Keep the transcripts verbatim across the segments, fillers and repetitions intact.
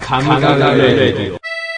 神々レディオ。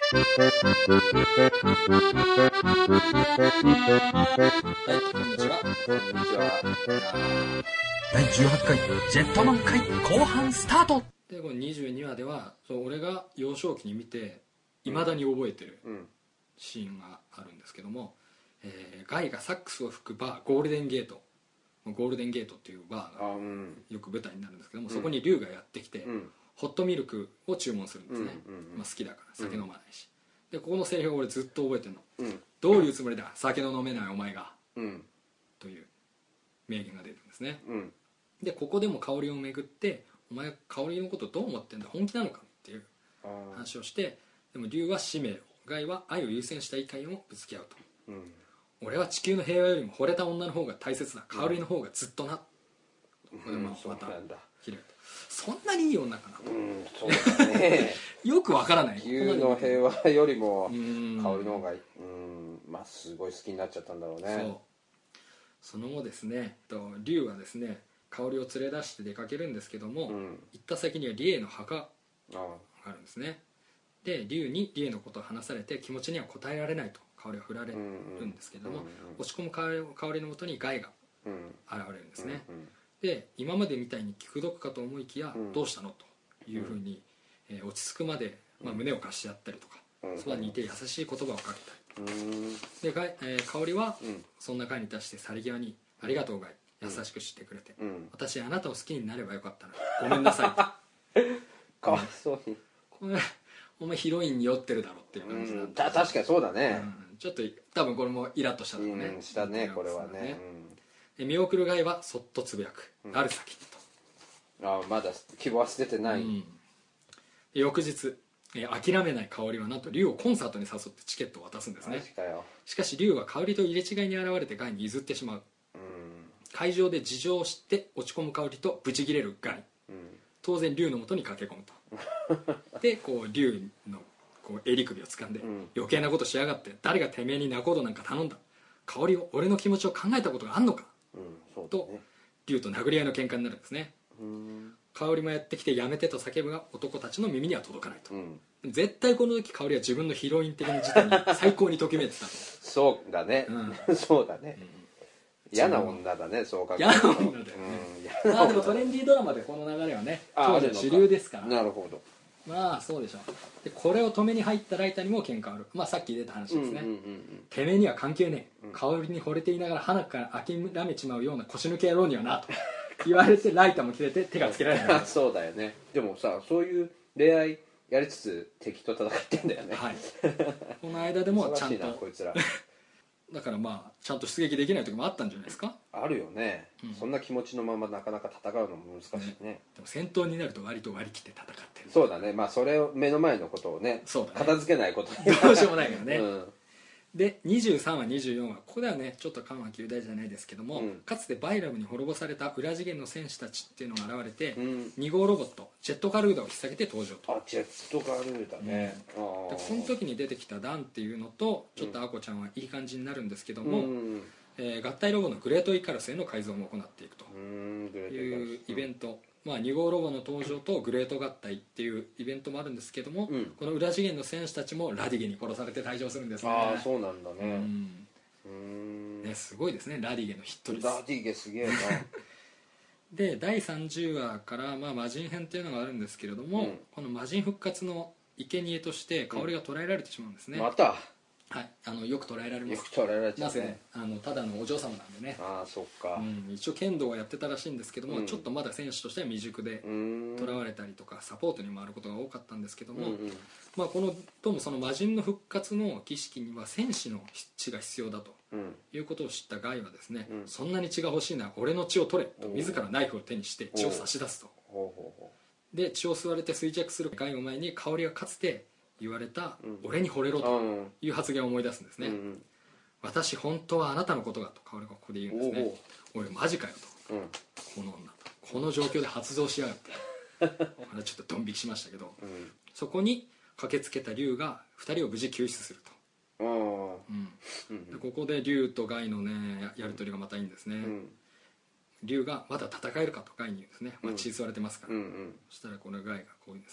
はい、こんにちは。 こんにちは。 だいじゅうはちかいジェットマン会後半スタート。でこのにじゅうにわではそう俺が幼少期に見ていまだに覚えてるシーンがあるんですけども、えーガイがサックスを吹くバーゴールデンゲートゴールデンゲートっていうバーがよく舞台になるんですけども、そこに龍がやってきて、 うんホットミルクを注文するんですね、 うんうんうんまあ、好きだから酒飲まないし、でここのセリフを俺ずっと覚えてるの、 うんどういうつもりだ酒の飲めないお前がうんという名言が出るんですね。 うんでここでも香りをめぐってお前香りのことどう思ってんだ本気なのかっていうあー話をして、でも龍は使命をガイは愛を優先した意見をぶつけ合うと、 うん俺は地球の平和よりも惚れた女の方が大切だ香りの方がずっとな、これうんまあまたそうなんだ。 広いとそんなにいい女かなと、 うんそうだね。 よくわからない地球の平和よりも香うんりの方がうんまあすごい好きになっちゃったんだろうね。 そうその後ですねと龍はですね香りを連れ出して出かけるんですけども、 うん行った先にはリエの墓がああるんですね。で龍にリエのことを話されて気持ちには応えられないと香りは振られるんですけども、 うんうん落ち込む香り香りのもとにガイがうん現れるんですね、 うんで今までみたいに気くどくかと思いきや、 うんどうしたのというふうに、えー落ち着くまで、まあ、胸を貸し合ったりとか、 うんそばにいて優しい言葉をかけたりうんでガイ、えー香りは、 うんそんなガイに対して去り際に「ありがとうガイ優しくしてくれて、 うん私あなたを好きになればよかったのごめんなさい」 かわいそうに。 これお前ヒロインに酔ってるだろっていうう感じなんんた確かにそうだね。 うんちょっと多分これもイラッとしただろうね、 うんしたねこれはね。 で見送るガイはそっとつぶやく、 うんある先にうんあまだ希望は捨ててと、 ない。 うんで翌日、えー諦めない香りはなんと龍をコンサートに誘ってチケットを渡すんですマね。 ジかよ。 しかし龍は香りと入れ違いに現れてガイに譲ってしまう。 うん会場で事情を知って落ち込む香りとブチギレるガイ、 うん当然龍のもとに駆け込むとでこう龍のこう襟首を掴んで、 うん余計なことしやがって誰がてめえに仲人なんか頼んだ香りを俺の気持ちを考えたことがあんのかうんそうだとね。 龍と殴り合いの喧嘩になるんですね。 うん香りもやってきてやめてと叫ぶが男たちの耳には届かないと、 うん絶対この時香りは自分のヒロイン的な事態に最高にときめいてたとそうだね。そうだね。嫌な女だねそう考えると。 嫌な女だよねうん嫌なまあでもトレンディードラマでこの流れはねあ当時主流ですからなるほど。 まあそうでしょう。でこれを止めに入ったライターにも喧嘩ある、まあさっき出た話ですね、 うんうんうんてめえには関係ねえ、 うん香りに惚れていながら鼻から諦めちまうような腰抜け野郎にはなと言われてライターも切れて手がつけられないあそうだよね。でもさそういう恋愛やりつつ敵と戦ってんだよね。 はいこの間でもちゃん忙しいなこといつら。 だからまあちゃんと出撃できない時もあったんじゃないですか。 あるよね、 うんそんな気持ちのままなかなか戦うのも難しいね。 でも戦闘になると割と割り切って戦ってるそうだね。まあそれを目の前のことをねそうだね片付けないことにどうしようもないからね、 うんでにじゅうさんわにじゅうよんわここではねちょっと緩和球大じゃないですけども、 うんかつてバイラムに滅ぼされた裏次元の戦士たちっていうのが現れて、 うんに号ロボットジェットカルーダを引っ提げて登場と。 あジェットガルーだね、あーでこの時に出てきたダンっていうのとちょっとアコちゃんはいい感じになるんですけども、 うんえー合体ロボのグレートイカルスへの改造も行っていくとうんグレートいうイベンント、まあ、に号ロボの登場とグレート合体っていうイベントもあるんですけども、 うんこの裏次元の戦士たちもラディゲに殺されて退場するんですね。 ああそうなんだうねんうんねすごいですねラディゲのヒット率ダディゲすげえなでだいさんじゅうわから、まあ、魔人編っていうのがあるんですけれども、 うんこの魔人復活の生贄として香りが捕らえられてしまうんですね、 またはい、あのよく捕らえられます。 よく取られちゃなぜうねあのただのお嬢様なんでね、 ああそっかうん、一応剣道はやってたらしいんですけども、 うんちょっとまだ選手としては未熟でうん囚われたりとかサポートに回ることが多かったんですけども、 うんうんまあ、このどうもその魔人の復活の儀式には戦士の血が必要だとうんいうことを知ったガイはですね、 うんそんなに血が欲しいなら俺の血を取れとおう自らナイフを手にして血を差し出すと。 ほうほうほで血を吸われて衰弱するガイを前に香りがかつて言われたうん 「俺に惚れろ」 うとうんいう発言を思い出すんですね、 うん私本当はあなたのことがと香りがここで言うんですね。おいマジかよと、 うんこの女とこの状況で発動しやがってこれはちょっとドン引きしましたけど、 うんそこに駆けつけた龍がふたりを無事救出すると、 うんうんうんでここで龍とガイのねややり取りがまたいいんですね、 うん龍がまだ戦えるかとガイに言うんですね、まあ、血吸われてますから、 うんうんそしたらこのガイがこう言うんですね。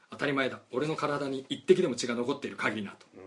当たり前だ、俺の体に一滴でも血が残っている限りなと。 うん、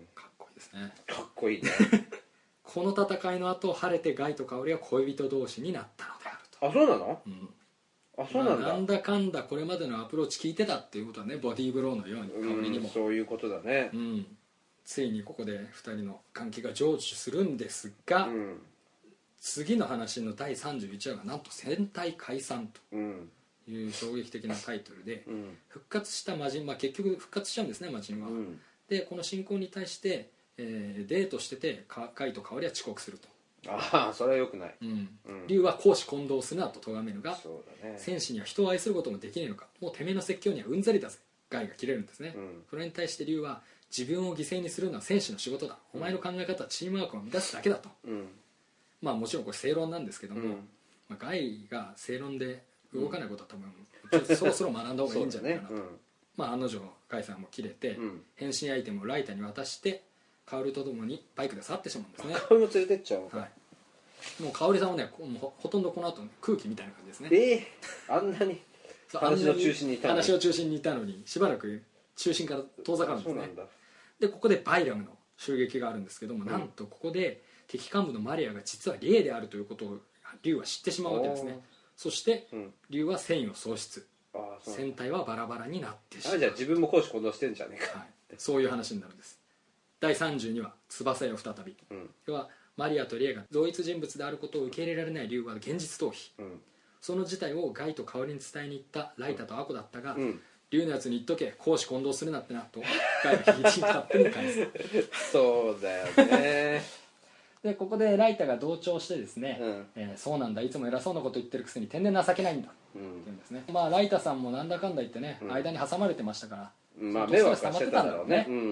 かっこいいですね。 かっこいいねこの戦いの後晴れてガイと香織は恋人同士になったのであると。 あ、そうなの？ うん、 あ、そうなんだ、 まあ、なんだかんだこれまでのアプローチ効いてたっていうことはね、ボディーブローのように香織にも、 うん、そういうことだね、 うん、ついにここでふたりの関係が成就するんですが、 うん、 次の話のだいさんじゅういちわがなんと戦隊解散という衝撃的なタイトルで、うん、復活した魔人、まあ、結局復活しちゃうんですね魔人は、うん、でこの進行に対して、えー、デートしててカイと香織は遅刻すると。 ああ、それはよくない、 うんうん、龍は公私混同するなと咎めるが、 そうだね、 戦士には人を愛することもできないのか、もうてめえの説教にはうんざりだぜ、ガイが切れるんですね、うん、それに対して龍は自分を犠牲にするのは戦士の仕事だ、お前の考え方はチームワークを乱すだけだと、うん、まあもちろんこれ正論なんですけども、うん、まあ、ガイが正論で動かないことは多分、うん、ちょっとそろそろ学んだ方がいいんじゃないかなと、ね、うん、まあ案の定ガイさんも切れて、うん、変身アイテムをライターに渡して薫とともにバイクで去ってしまうんですね。 薫も連れてっちゃうのか、 はい、もう香織さんはね ほ, ほとんどこの後、ね、空気みたいな感じですね。 ええー、あんなに話の中心にいたのに話の中心にいたのにしばらく中心から遠ざかるんですね。でここでバイラムの襲撃があるんですけども、うん、なんとここで敵幹部のマリアが実はリエであるということを龍は知ってしまうわけですね。そして龍、うん、は戦意を喪失、戦隊はバラバラになってしまう。 あ、じゃあ自分も公私混同してんじゃねえか、はい、 そういう話になるんです。だいさんじゅうにわ翼よ再び、うん、ではマリアとリエが同一人物であることを受け入れられない龍は現実逃避、うん、その事態をガイと香織に伝えに行ったライタとアコだったが、うん、龍のやつに言っとけ、公私混同するなってなとガイが引きち勝手に返すそうだよねでここでライタが同調してですね、うん、えー、そうなんだ、いつも偉そうなこと言ってるくせに天然情けないんだ、うん、って言うんですね。まあライタさんもなんだかんだ言ってね、うん、間に挟まれてましたから、 まあ迷惑はしてたんだろうね、うんうん、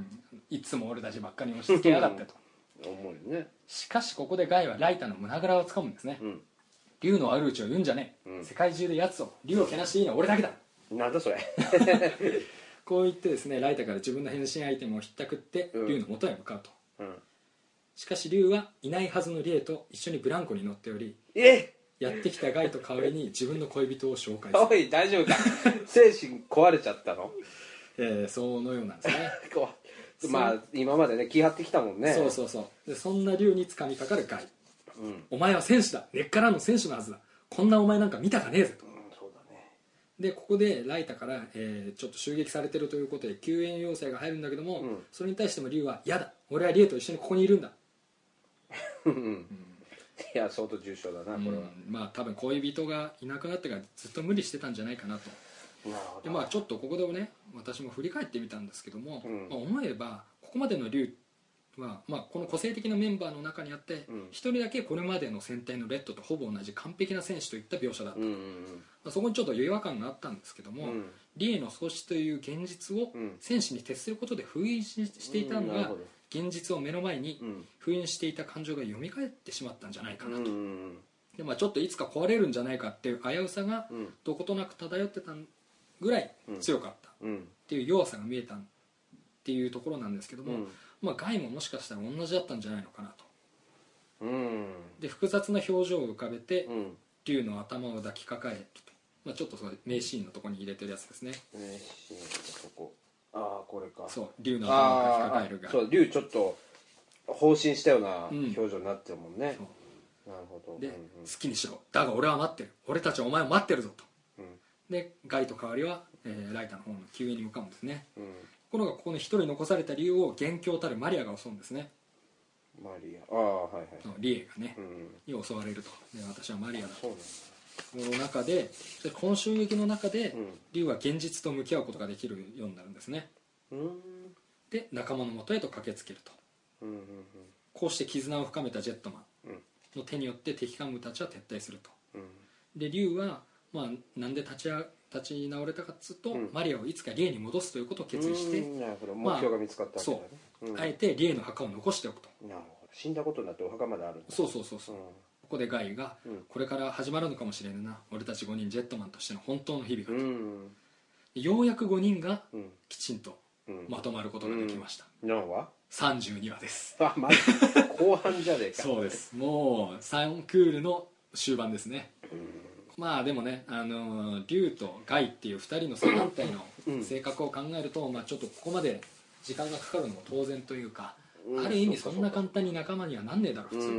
いつも俺たちばっかり押し付けやがってと思うよね。 しかしここでガイはライタの胸ぐらをつかむんですね、うん、竜の悪口を言うんじゃねえ、うん、世界中で奴を竜をけなしていいのは俺だけだ、 なんだそれこう言ってですね、ライタから自分の変身アイテムをひったくって竜の元へ向かうと、うん、しかし竜はいないはずのリエと一緒にブランコに乗っており、 えやってきたガイと香織に自分の恋人を紹介する。 おい大丈夫か精神壊れちゃったのえー、そのようなんですねまあ今までね気張ってきたもんね。 そうそうそう。でそんな竜に掴みかかるガイ、うん、お前は戦士だ、根っからの戦士のはずだ、こんなお前なんか見たかねえぜと、うん、そうだね。でここでライタから、えー、ちょっと襲撃されてるということで救援要請が入るんだけども、うん、それに対しても竜は嫌だ、俺はリエと一緒にここにいるんだうん、 いや相当重症だなこれは、 うん、まあ多分恋人がいなくなってからずっと無理してたんじゃないかなと。なるほど。でまあちょっとここでね私も振り返ってみたんですけども、うん、まあ、思えばここまでの竜は、まあ、この個性的なメンバーの中にあって一、うん、人だけこれまでの戦隊のレッドとほぼ同じ完璧な戦士といった描写だった、うんうんうん、まあ、そこにちょっと違和感があったんですけども、うん、リエの喪失という現実を戦士に徹することで封印していたのが、現実を目の前に封印していた感情が蘇ってしまったんじゃないかなと、うんうん、でまあ、ちょっといつか壊れるんじゃないかっていう危うさがどことなく漂ってたぐらい強かったっていう弱さが見えたっていうところなんですけども、うん、まあ、ガイももしかしたら同じだったんじゃないのかなと、うん、で複雑な表情を浮かべて、うん、竜の頭を抱きかかえると、まあ、ちょっとその名シーンのところに入れてるやつですね。 名シーンのとこ、ああこれか。 そう竜の頭を抱きかかえるが、 そう竜ちょっと放心したような表情になってるもんね、うん、なるほど。 で、うんうん、好きにしろ、だが俺は待ってる、俺たちはお前を待ってるぞと、うん、でガイと代わりは、えー、ライタの方の救援に向かうんですね、うん、ところがここに一人残された理由を元凶たるマリアが襲うんですね。 マリア、ああはいはい、 リエがね、うん、に襲われると。で私はマリアだと。そうなんだ。この中ででこの襲撃の中で、うん、リュウは現実と向き合うことができるようになるんですね。うん、で仲間の元へと駆けつけると、うんうんうん、こうして絆を深めたジェットマンの手によって敵幹部たちは撤退すると、うん、でリュウは、まあ、なんで立ちあ立ち直れたかっつうと、うん、マリアをいつかリエに戻すということを決意して、 なるほど、目標が見つかったわけだね、 まあそう、うん、あえてリエの墓を残しておくと。 なるほど、死んだことになってお墓まであるんだ。 そうそうそうそう、うん、ここでガイが、うん、これから始まるのかもしれぬな、俺たちごにんジェットマンとしての本当の日々がと、うん、ようやくごにんがきちんとまとまることができました、 うん、何話 ? さんじゅうに 話です。 あ、まじ後半じゃねえか。 そうです、もうさんクールの終盤ですね。うん、まあでもね、あのー、リュウとガイっていうふたりの正反対の性格を考えると、まあ、ちょっとここまで時間がかかるのも当然というか、うん、ある意味そんな簡単に仲間にはなんねえだろ普通、うん、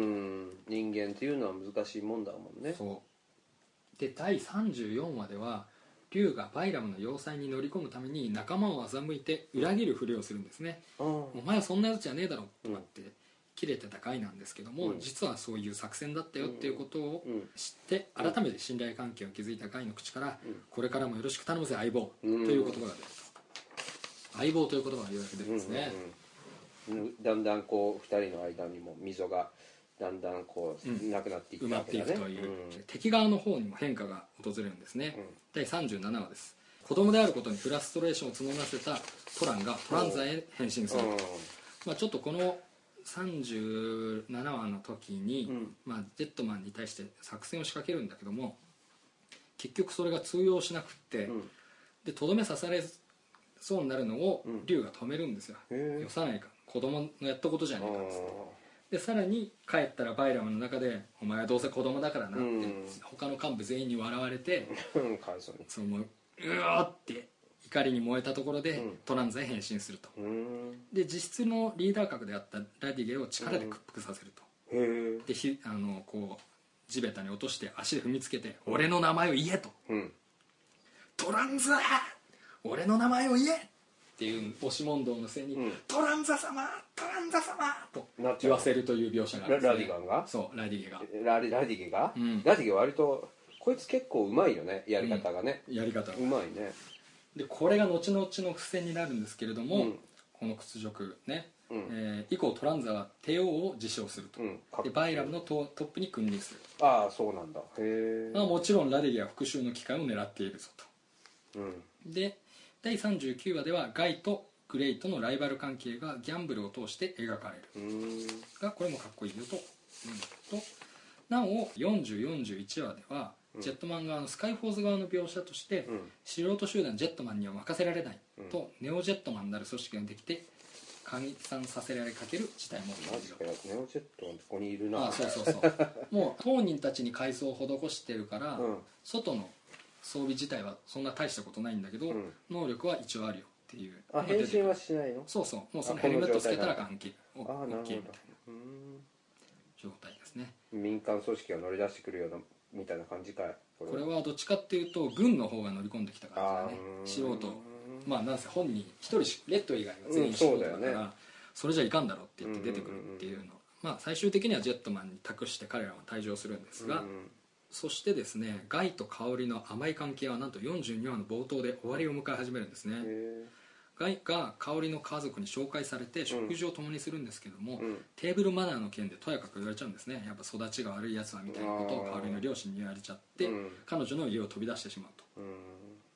人間っていうのは難しいもんだもんね。 そうでだいさんじゅうよんわでは龍がバイラムの要塞に乗り込むために仲間を欺いて裏切るふりをするんですね、うん、お前はそんなやつじゃねえだろとかって切れてた回なんですけども、うん、実はそういう作戦だったよっていうことを知って改めて信頼関係を築いた回の口から、うん、これからもよろしく頼むぜ相棒、うん、という言葉が出ると、相棒という言葉がようやく出るんですね、 うんうんうん、だんだんこうふたりの間にも溝がだんだんこう、うん、なくなっていくわけだね。埋まっていくという、うん、 敵側の方にも変化が訪れるんですね、うん、だいさんじゅうななわです。子供であることにフラストレーションを募らせたトランがトランザへ変身する、まあ、ちょっとこのさんじゅうななわの時に、うんまあ、ジェットマンに対して作戦を仕掛けるんだけども結局それが通用しなくって、うん、でとどめ刺されそうになるのを龍が止めるんですよ、うん、よさないか子供のやったことじゃねえかっつってでさらに帰ったらバイラムの中で「お前はどうせ子供だからな」って、うん、他の幹部全員に笑われてそのうわーって怒りに燃えたところで、うん、トランザへ変身すると、で実質のリーダー格であったラディゲを力で屈服させると、うん、でひあのこう地べたに落として足で踏みつけて「俺の名前を言え」と「うん、トランザ俺の名前を言え」っていう押し問答のせいに、うん、トランザ様トランザ様と言わせるという描写があるんです、ね、 ラディガンがそうラディゲがラディラディゲが、うん、ラディゲは割とこいつ結構うまいよねやり方がね、 うん、やり方がうまいね。 でこれが後々の伏線になるんですけれども、うん、この屈辱ね、うんえー、以降トランザは帝王を自称すると、うん、でバイラムのトップに君臨する。 ああそうなんだ。へえ、 まあ、もちろんラディゲは復讐の機会を狙っているぞと、うん、でだいさんじゅうきゅうわではガイとグレイとのライバル関係がギャンブルを通して描かれるうんがこれもかっこいいよと、うん、となおよんじゅう、よんじゅういちわではジェットマン側のスカイフォーズ側の描写として、うん、素人集団ジェットマンには任せられない、うん、とネオジェットマンなる組織ができて解散させられかける事態も起きている。 ネオジェットマンここにいるなあ。 そうそうそうもう当人たちに改装を施してるから、うん、外の装備自体はそんな大したことないんだけど、うん、能力は一応あるよっていう。 あ変身はしないの？ そうそうもうそのヘルメットつけたら関係 OK みたいな状態ですね。 民間組織が乗り出してくるようなみたいな感じかい。 これ は, これはどっちかっていうと軍の方が乗り込んできた感じだね。素人まあなんせ本人一人しレッド以外は全員素人だから、うん そ, ね、それじゃいかんだろうって言って出てくるっていうの、うんうんうん、まあ最終的にはジェットマンに託して彼らは退場するんですが、うんうん、そしてですねガイと香織の甘い関係はなんとよんじゅうにわの冒頭で終わりを迎え始めるんですね。ガイが香織の家族に紹介されて食事を共にするんですけども、うん、テーブルマナーの件でとやかく言われちゃうんですね。やっぱ育ちが悪いやつはみたいなことを香織の両親に言われちゃって、うん、彼女の家を飛び出してしまうと、うん、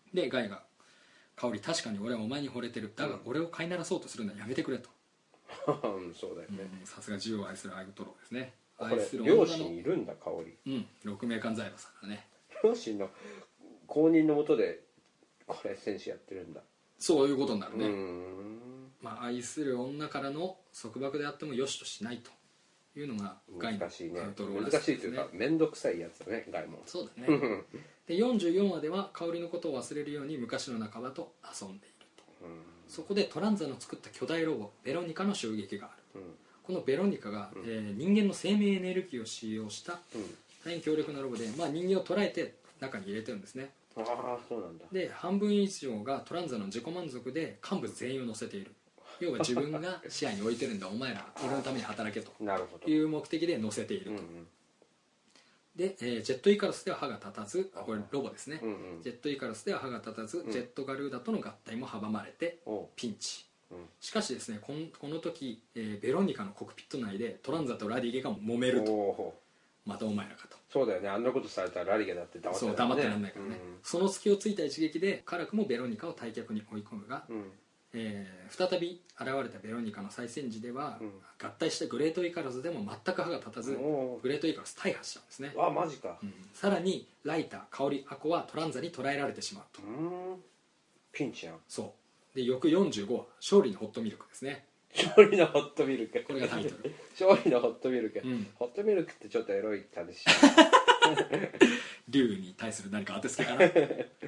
でガイが香織確かに俺はお前に惚れてるだが俺を飼いならそうとするのはやめてくれとそうだよね。 さすが銃を愛するアイトローですね。 これ両親いるんだ香織。 うん六名間在路さんだね。 両親の公認のもとでこれ戦士やってるんだ。 そういうことになるね。まあ、愛する女からの束縛であってもよしとしないというのがガイのアウトローらしいですね。 難しいというか面倒くさいやつだねガイも。 そうだねでよんじゅうよんわでは香織のことを忘れるように昔の仲間と遊んでいると。そこでトランザの作った巨大ロボベロニカの襲撃がある、うん、このベロニカが、うんえー、人間の生命エネルギーを使用した大変強力なロボで、まあ、人間を捉えて中に入れてるんですね。 ああそうなんだ。 で半分以上がトランザの自己満足で幹部全員を乗せている。要は自分が視野に置いてるんだお前ら俺のために働けという目的で乗せていると、うんうん、で、えー、ジェットイカロスでは歯が立たずこれロボですね、うんうん、ジェットイカロスでは歯が立たず、うん、ジェットガルーダとの合体も阻まれてピンチ、うん、しかしですねこの、この時、えー、ベロニカのコックピット内でトランザとラディゲが揉めると。またお前らかと。 そうだよねあんなことされたらラディゲだって黙ってらんない、ね、 そう黙ってらんないからね、うん、その隙をついた一撃で辛くもベロニカを退却に追い込むが、うんえー、再び現れたベロニカの再戦時では、うん、合体したグレートイカロスでも全く歯が立たずグレートイカロス大破しちゃうんですね。 あマジか、うん、 さらにライタ香織アコはトランザに捕らえられてしまうと。 うんピンチやん。 そうで翌よんじゅうごわ勝利のホットミルクですね。 勝利のホットミルクこれがタイトル勝利のホットミルク、うん、ホットミルクってちょっとエロい感じし竜に対する何か当てつけかなこ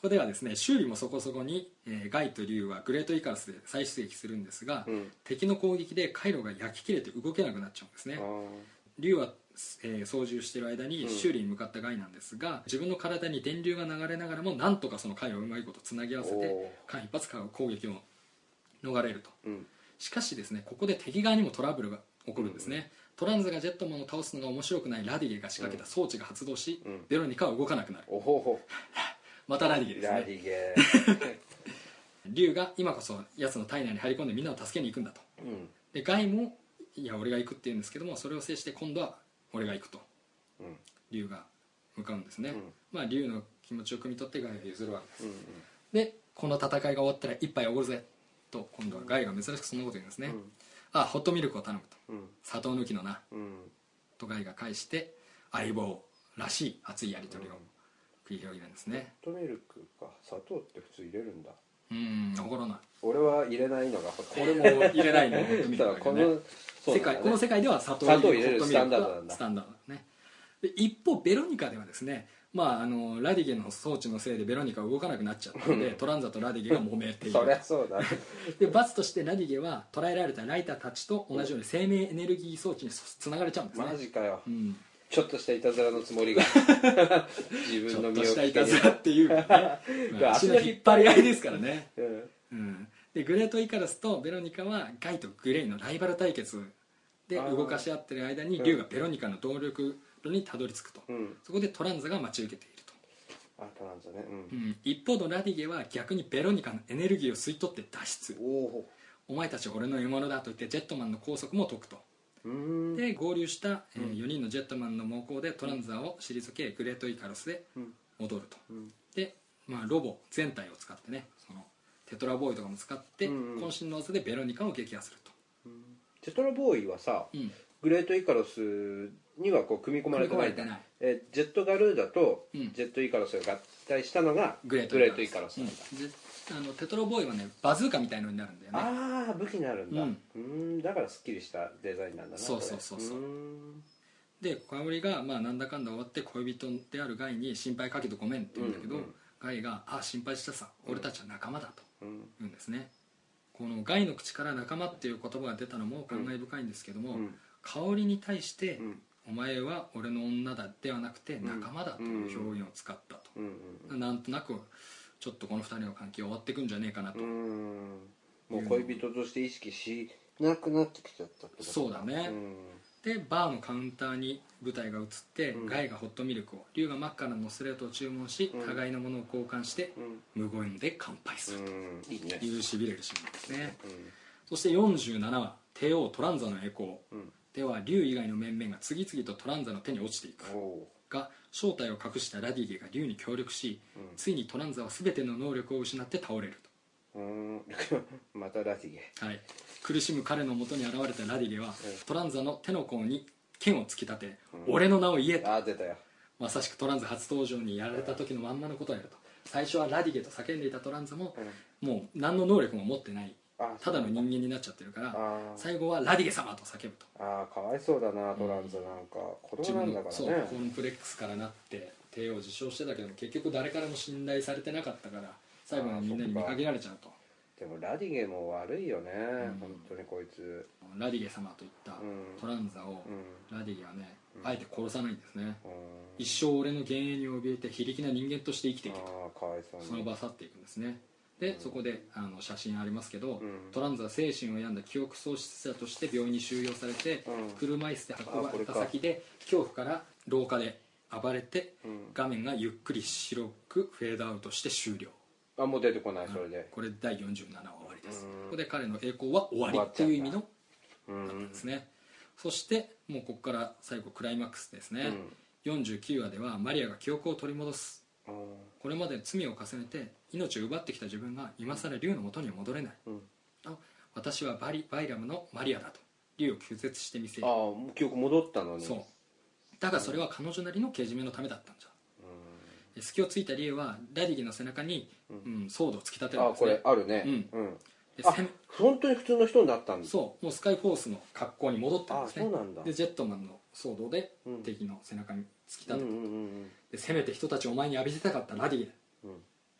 こではですね修理もそこそこに、えーガイと竜はグレートイカラスで再出撃するんですが、 うん敵の攻撃で回路が焼き切れて動けなくなっちゃうんですね。 あ竜は、えー操縦している間にうん修理に向かったガイなんですが、自分の体に電流が流れながらもなんとかその回路をうまいことつなぎ合わせてお間一髪攻撃を逃れると。 ーうんしかしですねここで敵側にもトラブルが起こるんですね、トランザがジェットマンを倒すのが面白くないラディゲが仕掛けた装置が発動し、 うんベロニカは動かなくなる。 おほほまたラディゲですね。 ラディゲ竜が今こそ奴の体内に入り込んでみんなを助けに行くんだと。 うんでガイもいや俺が行くって言うんですけども、それを制して今度は俺が行くとうん竜が向かうんですね、 うんまあ竜の気持ちを汲み取ってガイが譲るわけです、 うんでこの戦いが終わったら一杯おごるぜと今度はガイが珍しくそんなこと言うんですね、 うんあホットミルクを頼むと、 うん砂糖抜きのなうんとガイが返して相棒らしい熱いやり取りを繰り広げるんですね。 ホットミルクか砂糖って普通入れるんだ。 うん分からない。 俺は入れないのがホット俺も入れないのホットミルクだけどねこのそう世なんだね界この世界では砂糖砂糖入れる入れるホットミルクスタンダードなんだがスタンダードだね。で一方ベロニカではですね、まあ、あのラディゲの装置のせいでベロニカが動かなくなっちゃったのでトランザとラディゲが揉めているそりゃそうだねで罰としてラディゲは捕らえられたライターたちと同じように生命エネルギー装置につながれちゃうんですね。 マジかよ、 うんちょっとしたいたずらのつもりが自ちょっ分の身をとしたいた危険にずらっていうかねまあ足の引っ張り合いですからね、 うんうん、でグレートイカラスとベロニカはガイとグレイのライバル対決であー動かし合ってる間にうん竜がベロニカの動力炉にたどり着くと、 うんそこでトランザが待ち受けていると、 あトランザねうん、一方のラディゲは逆にベロニカのエネルギーを吸い取って脱出。 うん、おおお前たちは俺の獲物だと言ってジェットマンの拘束も解くと。 うーんで合流した、えーうんよにんのジェットマンの猛攻でトランザを退けグレートイカロスでうん戻ると。 うんで、まあ、ロボ全体を使ってねそのテトラボーイとかも使って、 うんうん渾身の技でベロニカを撃破すると。 テトラボーイはさ、 うんグレートイカロスにはこう組み込まれてないんだ組み込まれてないえジェットガルーダとうんジェットイカロスが合体したのがグレートグレートイカロスうんなんだ、 であのテトラボーイはねバズーカみたいのになるんだよね。 ああ武器になるんだううんんだからすっきりしたデザインなんだなそうこれそうそうそううんで香織が、まあ、なんだかんだ終わって恋人であるガイに心配かけてごめんって言うんだけど、 うんうんガイが「ああ心配したさ俺たちは仲間だ」とうん言うんですね。このガイの口から仲間っていう言葉が出たのも感慨深いんですけども、 うん香織に対して、 うんお前は俺の女だではなくて仲間だという表現を使ったと、 うんうんなんとなくちょっとこのふたりの関係終わっていくんじゃねえかなと、 うんもう恋人として意識しなくなってきちゃったってことそうだねうんでバーのカウンターに舞台が移って、 うんガイがホットミルクを龍がマッカラのスレートを注文し、 うん互いのものを交換して、無言で乾杯するとうんいいねいうしびれるシーンですね、 うそしてよんじゅうななわ帝王トランザの栄光んうんでは龍以外の面々が次々とトランザの手に落ちていくおおが正体を隠したラディゲが龍に協力し、 うんついにトランザは全ての能力を失って倒れるうんまたラティゲと、はい、苦しむ彼のもとに現れたラディゲは、 うんトランザの手の甲に剣を突き立て、 うん俺の名を言えと、 あー出たよまさしくトランザ初登場にやられた時のまんまのことをやると。最初はラディゲと叫んでいたトランザも、もう何の能力も持ってないあただの人間になっちゃってるから、 あー最後はラディゲ様と叫ぶと。 あーかわいそうだなトランザなんか子自分供なんだからのそうコねンプレックスからなって帝王を受賞してたけど結局誰からも信頼されてなかったから最後はみんなに見限られちゃうと。 でもラディゲも悪いよね、 ん本当にこいつラディゲ様といったうんトランザをうんラディゲはね、 うんあえて殺さないんですね。 うん一生俺の幻影に怯えて非力な人間として生きていけとああかわいそうにその場去っていくんですね。でそこであの写真ありますけど、 うんトランザは精神を病んだ記憶喪失者として病院に収容されて、 うん車椅子で運ばれたあこれか先で恐怖から廊下で暴れて、 うん画面がゆっくり白くフェードアウトして終了。 あもう出てこないそれでこれでだいよんじゅうななわ終わりです。 うんここで彼の栄光は終わりっていう意味のうんですね。そしてもうここから最後クライマックスですね、よんじゅうきゅうわではマリアが記憶を取り戻す。 うんこれまで罪を重ねて命を奪ってきた自分が今更竜の元には戻れない、 うんあ私はバリバイラムのマリアだと竜を拒絶してみせあある。 もう記憶戻ったのにそうだがそれは彼女なりのけじめのためだったんじゃ。 う隙をついたリエはラディゲの背中に、うんソードを突き立てんあこるんですねれあるねうんうんあで攻め本当に普通の人になったんだそうもうスカイフォースの格好に戻ってるんあですね。 そうなんだでジェットマンのソードでうん敵の背中に突き立てて、 うんうんうんで攻めて人たちをお前に浴びせたかったラディゲ、 うん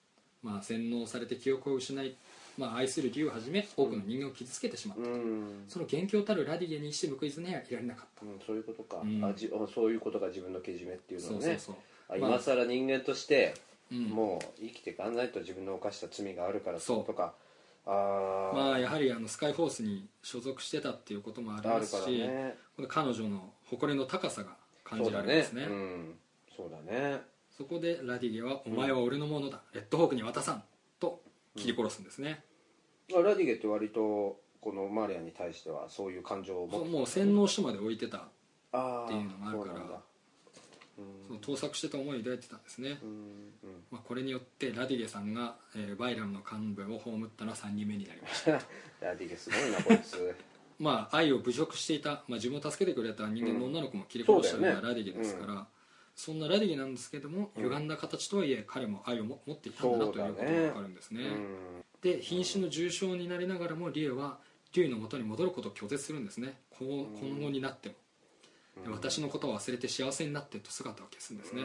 まあ、洗脳されて記憶を失い、まあ、愛する竜をはじめ多くの人間を傷つけてしまった、うん、その元凶たるラディゲに一矢報いずにはいられなかった、 うん、そういうことか、 うん、 あじそういうことが自分のけじめっていうのはね。そうそうそう、あ、 まあ、 今更人間として、うん、もう生きていかないと自分の犯した罪があるからそうとか、 あ、まあ、やはりあのスカイフォースに所属してたっていうこともありますし、ね、この彼女の誇りの高さが感じられますね。 そうだね、うん、そうだね。 そこでラディゲは「お前は俺のものだ、うん、レッドホークに渡さん」と切り殺すんですね、 うん、ラディゲって割とこのマリアに対してはそういう感情を持って、 そう、もう洗脳してまで置いてたっていうのがあるから、その盗作してた思いを抱いてたんですね、うん、うん、まあ、これによってラディゲさんが、えー、バイラムの幹部を葬ったのはさんにんめになりましたラディゲすごいなこいつまあ愛を侮辱していた、まあ、自分を助けてくれた人間の女の子も切り殺したのがラディゲですから、うん、そんなラディゲなんですけども、歪んだ形とはいえ彼も愛を持っていたんだなということが分かるんですね。で、瀕死の重傷になりながらもリエはリュウの元に戻ることを拒絶するんですね。こ今後になっても、うん、私のことを忘れて幸せになってと姿を消すんですね。 うん、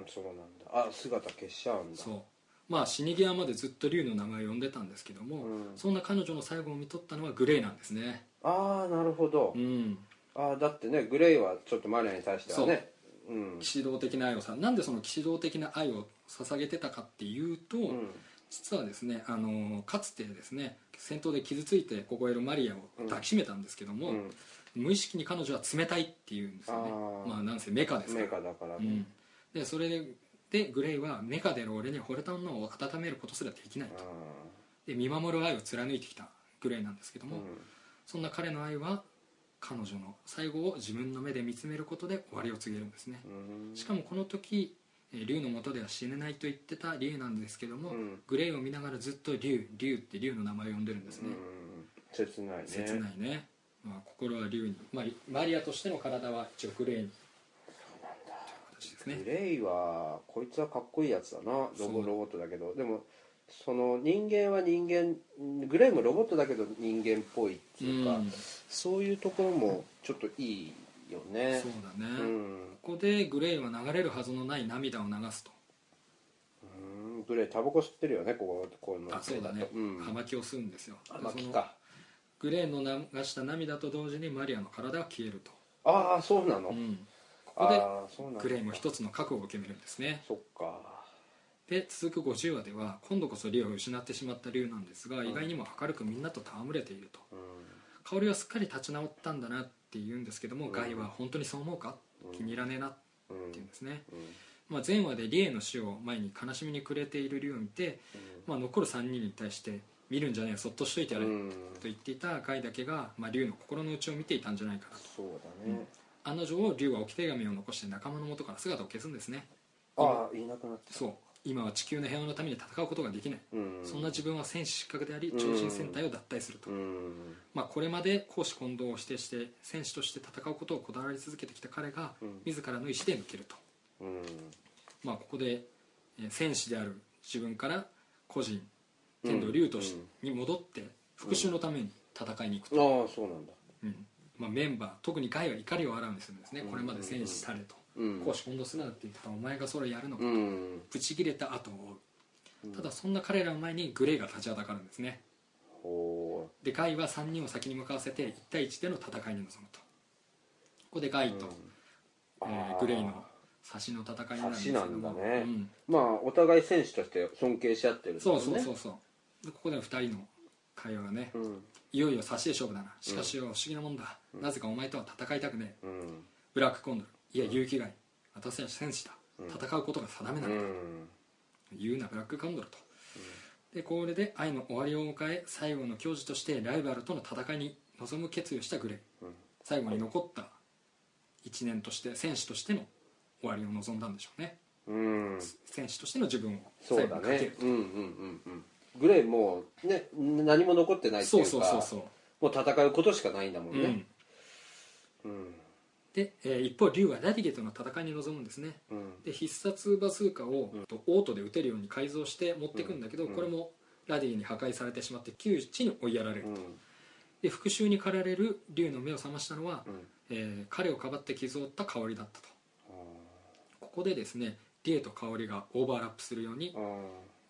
そうなんだ。あ、姿消しちゃうんだ。 そう、まあ死に際までずっとリュウの名前を呼んでたんですけども、うん、そんな彼女の最後を見とったのはグレイなんですね。 ああ、なるほど、うん、あ、だってねグレイはちょっとマリアに対してはね、 うん、騎士道的な愛をさ、なんでその騎士道的な愛を捧げてたかっていうと、うん、実はですね、あのかつてですね戦闘で傷ついて凍えるマリアを抱きしめたんですけども、うん、無意識に彼女は冷たいっていうんですよね。あ、まあなんせメカですから、 メカだからね、 うん、でそれででグレイはメカでの俺に惚れた女を温めることすらできないと、で見守る愛を貫いてきたグレイなんですけども、うん、そんな彼の愛は彼女の最後を自分の目で見つめることで終わりを告げるんですね。しかもこの時竜の下では死ねないと言ってたリエなんですけども、うん、グレイを見ながらずっと竜竜って竜の名前を呼んでるんですね。 切ないね、 切ないね、まあ、心は竜に、まあ、マリアとしての体は一応グレイに。 そうなんだ、という形ですね。グレイはこいつはかっこいいやつだな。ロボロボットだけど、でもその人間は人間、グレイもロボットだけど人間っぽいっていうか、うん、そういうところもちょっといいよね。 そうだね、うん、ここでグレイは流れるはずのない涙を流すと。 うん、グレイタバコ吸ってるよね、こここの。 あ、そうだね、うん、葉巻を吸うんですよ。 葉巻か。 グレイの流した涙と同時にマリアの体は消えると。 ああ、そうなの、うん、 ここでグレイも一つの覚悟を決めるんですね。 そっか。 で続くごじゅうわでは今度こそリエを失ってしまった竜なんですが、うん、意外にも明るくみんなと戯れていると、うん、香りはすっかり立ち直ったんだなって言うんですけども、うん、ガイは本当にそう思うか、うん、気に入らねえなって言うんですね、うん、まあ、前話でリエの死を前に悲しみに暮れている竜を見て、まあ、残るさんにんに対して見るんじゃねえよ、そっとしといてやれと言っていたガイだけが、まあ、竜の心の内を見ていたんじゃないかなと。 そうだね、 うん、案の定竜は置き手紙を残して仲間の元から姿を消すんですね。 ああ、いなくなってた。 そう、今は地球の平和のために戦うことができない、うん、そんな自分は戦士失格であり超人戦隊を脱退すると、うん、まあ、これまで公私混同を否定して戦士として戦うことをこだわり続けてきた彼が、うん、自らの意思で抜けると、うん、まあ、ここで、えー、戦士である自分から個人天道竜とし、うん、に戻って復讐のために戦いに行くと、 うん、ああ、そうなんだ、 うん、まあ、メンバー特にガイは怒りを表すんですね、うん、これまで戦士されと、うん、公私混同するなって言ってたお前がそれをやるのかと、うん、ブチ切れた後を追う、うん、ただそんな彼らの前にグレイが立ちはだかるんですね。でガイはさんにんを先に向かわせていち対いちでの戦いに臨むと。ここでガイと、うん、えー、グレイの差しの戦いになるんですけども、差しなんだね、うん、 まあお互い戦士として尊敬し合ってるんだよね。そうそうそうそう。でここでふたりの会話がね、うん、いよいよ差しで勝負だな、しかしよ、うん、不思議なもんだ、うん、なぜかお前とは戦いたくねえ、うん、ブラックコンドル、いや勇気外、私は戦士だ、うん、戦うことが定めなのだ、うん、言うなブラックコンドルと、うん、でこれで愛の終わりを迎え最後の矜持としてライバルとの戦いに臨む決意をしたグレイ、うん、最後に残ったいちねんとして戦士としての終わりを望んだんでしょうね、うん、戦士としての自分を最後にかけると。 そうだね、うんうんうんうん、グレイもうね何も残ってないっていうか、そうそうそうそう、もう戦うことしかないんだもんね、 うんうん、で、えー、一方竜はラディゲとの戦いに臨むんですね、うん、で必殺バズーカを、うん、オートで撃てるように改造して持っていくんだけど、うん、これもラディゲに破壊されてしまって窮地に追いやられると、うん、で復讐に駆られる竜の目を覚ましたのは、うん、えー、彼をかばって傷を負った香りだったと、ここでですねリエと香りがオーバーラップするように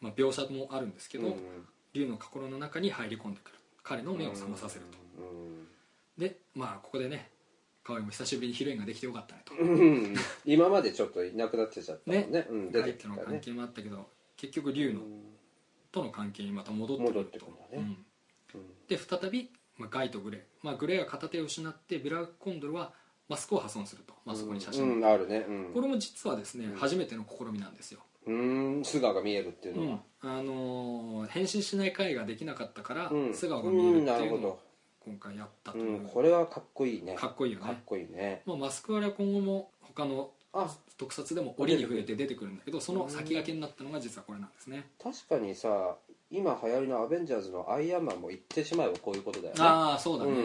まあ、描写もあるんですけど、 うん、 龍の心の中に入り込んでくる、彼の目を覚まさせると、 うん、 でまあここでね香織も久しぶりにヒロインができてよかったねと、 うん、今までちょっといなくなってちゃったもんね、 ね、 うん、 出出てきたね。 てきたの関係もあったけど結局龍の、との関係にまた戻ってくると、 戻ってくるんだね、 うん、で再び、まあ、ガイとグレー、まあ、グレーが片手を失ってブラックコンドルはマスクを破損すると、まあ、そこに写真、 うん、あるね、うん、 これも実はですね、うん、初めての試みなんですよ。 うーん、素顔が見えるっていうのは、 うん、あのー、変身しない回ができなかったから、 うん、 素顔が見えるっていうのを今回やったという、 うん、これはかっこいいね。 かっこいいよね。 かっこいいね。 まあ、マスク割りは今後も他の特撮でも折に触れて出てくるんだけど、その先駆けになったのが実はこれなんですね。 確かにさ、今流行りのアベンジャーズのアイアンマンも言ってしまえばこういうことだよね。 ああそうだね、うん、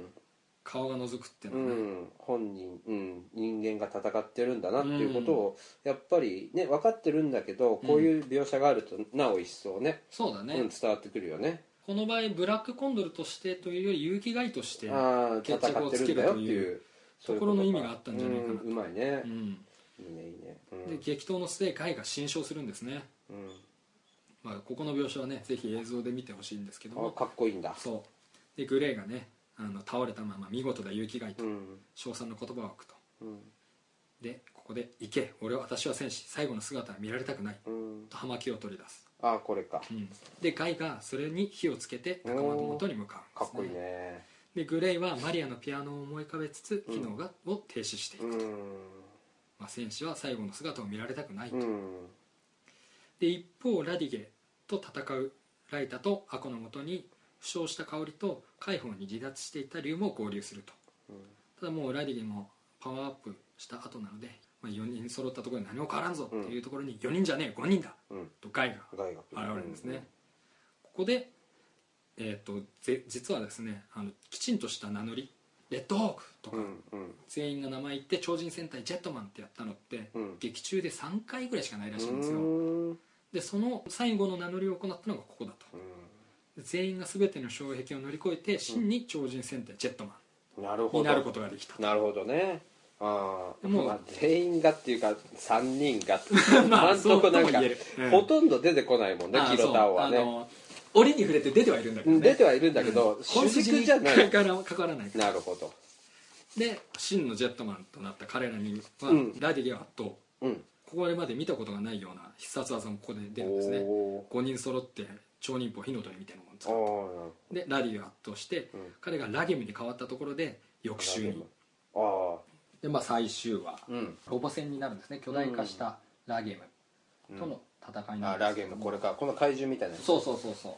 顔が覗くっていうのはね、うん、 本人、うん、人間が戦ってるんだなっていうことをやっぱりね分かってるんだけど、こういう描写があるとなお一層ね、 そうだね、 うん、伝わってくるよね。 この場合ブラックコンドルとしてというより有機ガイとして決着をつけるというところの意味があったんじゃないかなと、 うん、うまいね、 うん、いいねいいね、 うん、で激闘の末ガイが新勝するんですね、うん、まあ、ここの描写はねぜひ映像で見てほしいんですけども、 かっこいいんだ。 そうでグレーがねあの倒れたまま見事だ有機ガイと称賛の言葉を置くと、うん、でここで「行け俺は私は戦士最後の姿は見られたくない」うん、と葉巻を取り出す。 ああこれか、 うん、でガイがそれに火をつけて仲間の元に向かうんです、ね、 かっこいいね。 でグレイはマリアのピアノを思い浮かべつつ機能が、うん、を停止していくと、うん、まあ、戦士は最後の姿を見られたくないと、うん、で一方ラディゲと戦うライタとアコのもとに負傷した香りと海保に離脱していた竜も合流すると、うん、ただもうラディゲもパワーアップした後なので、まあ、よにん揃ったところで何も変わらんぞっていうところに、よにんじゃねえごにんだ、うん、とガイが現れるんですね、うん、ここで、えー、とぜ実はですねあのきちんとした名乗りレッドホークとか、うんうん、全員が名前言って超人戦隊ジェットマンってやったのって、うん、劇中でさんかいぐらいしかないらしいんですよ。でその最後の名乗りを行ったのがここだと、うん、全員が全ての障壁を乗り越えて真に超人戦隊ジェットマンになることができた。 なるほどね。ああ、もう、まあ、全員がっていうかさんにんがまあなんとこなんか、 うん、 ほとんど出てこないもんね、キロタオはね。 折に触れて出てはいるんだけどね、 出てはいるんだけど、うん、主軸じゃない関わらないから。 なるほど。で真のジェットマンとなった彼らには、うん、ラディゲはと、うん、ここまで見たことがないような必殺技もここで出るんですね。ごにん揃って超忍法火の鳥みたいなものを使ってでラディゲを圧倒して、うん、彼がラゲムに変わったところで翌週にあで、まあ、最終話、うん、ロボ戦になるんですね。巨大化したラゲムとの戦いなんですけど、うん、あラゲムこれかこの怪獣みたいなやつ。 そうそうそうそう、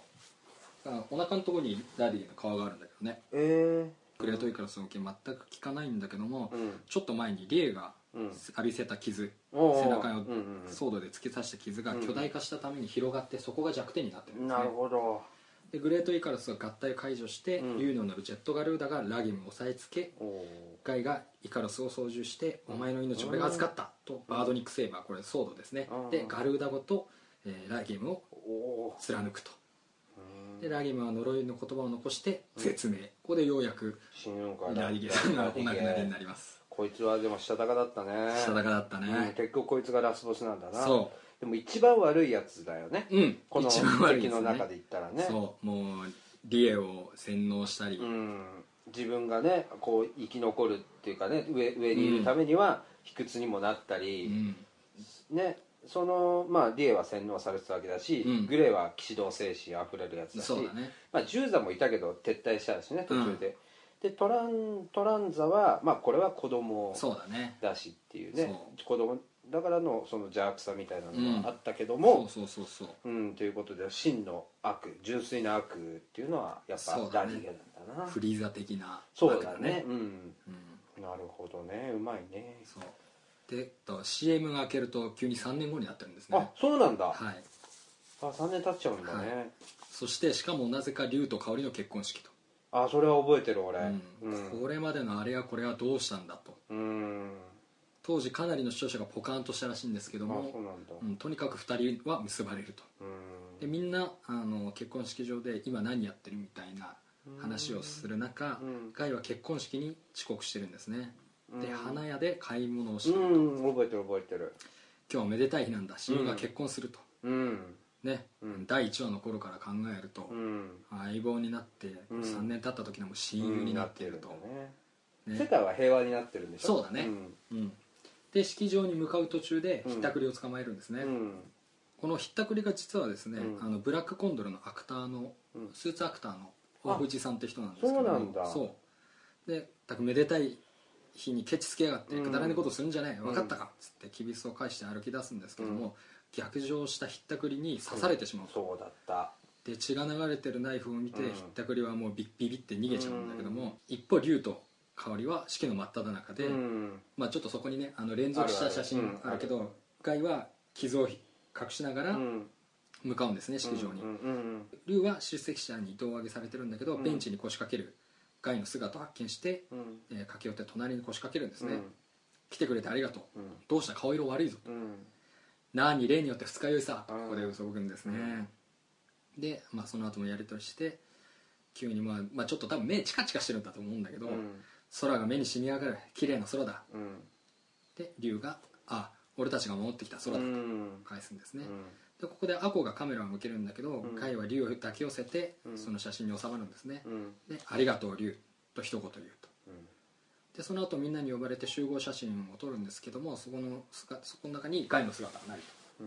お腹のところにラディゲの顔があるんだけどね。えーグレートイカラスの件全く効かないんだけども、うん、ちょっと前にリエが浴びせた傷、うん、背中をソードで突き刺した傷が巨大化したために広がってそこが弱点になってるんですね。 なるほど。 でグレートイカラスは合体を解除して、うん、竜の乗るジェットガルーダがラギムを押さえつけ、ガイがイカラスを操縦して「お前の命を俺が預かった」とバードニックセーバー、これソードですね、でガルーダごと、えー、ラギムを貫くと。でラギムは呪いの言葉を残して絶命、うん、ここでようやくラディゲさんがお亡くなりになります。 こいつはでもしたたかだったね。 したたかだったね、 うん、結局こいつがラスボスなんだな。 そうでも一番悪いやつだよね、うん、この敵の中で言ったらね。 そうもうリエを洗脳したり、うん、 自分がねこう生き残るっていうかね 上, 上にいるためには卑屈にもなったり、うん、ねそのまあリエは洗脳されてたわけだし、うん、グレーは騎士道精神あふれるやつだし、 そうだね、 まあ、ジューザもいたけど撤退したしね途中で、うん、でトラントランザはまあこれは子供だしっていうね、子供だからのその邪悪さみたいなのがあったけども、 うん、そうそうそうそう、 うん、ということで真の悪純粋な悪っていうのはやっぱラディゲなんだな、 フリーザ的な悪だね。そうだね、うん、うん、なるほどね、うまいね。 そうで シーエム が開けると急にさんねんごになってるんですね。 あ、そうなんだ。 はい。 あ、さんねん経っちゃうんだね、はい、 そしてしかもなぜか竜と香織の結婚式と。 あ、それは覚えてる俺、うんうん、これまでのあれやこれはどうしたんだと。うん、当時かなりの視聴者がポカーンとしたらしいんですけども、 あ、そうなんだ、 うん、とにかくふたりは結ばれると。うんでみんなあの結婚式場で今何やってるみたいな話をする中、うん、ガイは結婚式に遅刻してるんですね。で花屋で買い物をしてると、 うん、覚えてる覚えてる。 今日はめでたい日なんだ、親友が結婚すると、うん、 ね、うん、だいいちわの頃から考えると、うん、相棒になってさんねん経った時にはもう親友になっていると、 うんねね、世界は平和になってるんでしょ。 そうだね、うんうん、で式場に向かう途中でひったくりを捕まえるんですね、うん、このひったくりが実はですね、うん、あのブラックコンドルのアクターの、うん、スーツアクターの大藤さんって人なんですけども、 そうなんだ。 そうでたくめでたい日にケチつけやがって、くだらねえことするんじゃねえ、分かったかっつってきびすを返して歩き出すんですけども、うん、逆上したひったくりに刺されてしまう、うん、 そうだった。 で血が流れてるナイフを見て、うん、ひったくりはもうビッビビって逃げちゃうんだけども、うん、一方竜と香織は式の真っ只中で、うん、まあちょっとそこにねあの連続した写真あるけど、ガイは傷を隠しながら向かうんですね、式場に。竜は出席者に胴上げされてるんだけど、ベンチに腰掛けるガイの姿を発見して、うんえー、駆け寄って隣に腰掛けるんですね、うん、来てくれてありがとう、うん、どうした顔色悪いぞと、うん、なに例によって二日酔いさ、ここで嘘吹くんですね、うん、で、まあ、その後もやり取りして急に、まあ、まあちょっと多分目チカチカしてるんだと思うんだけど、うん、空が目に染み上がる綺麗な空だ、うん、で竜があ俺たちが守ってきた空だと返すんですね、うんでここでアコがカメラを向けるんだけど、うん、ガイは竜を抱き寄せて、うん、その写真に収まるんですね、うん、でありがとう竜と一言言うと、うん、でその後みんなに呼ばれて集合写真を撮るんですけども、そこのそこの中にガイの姿がないと、うん、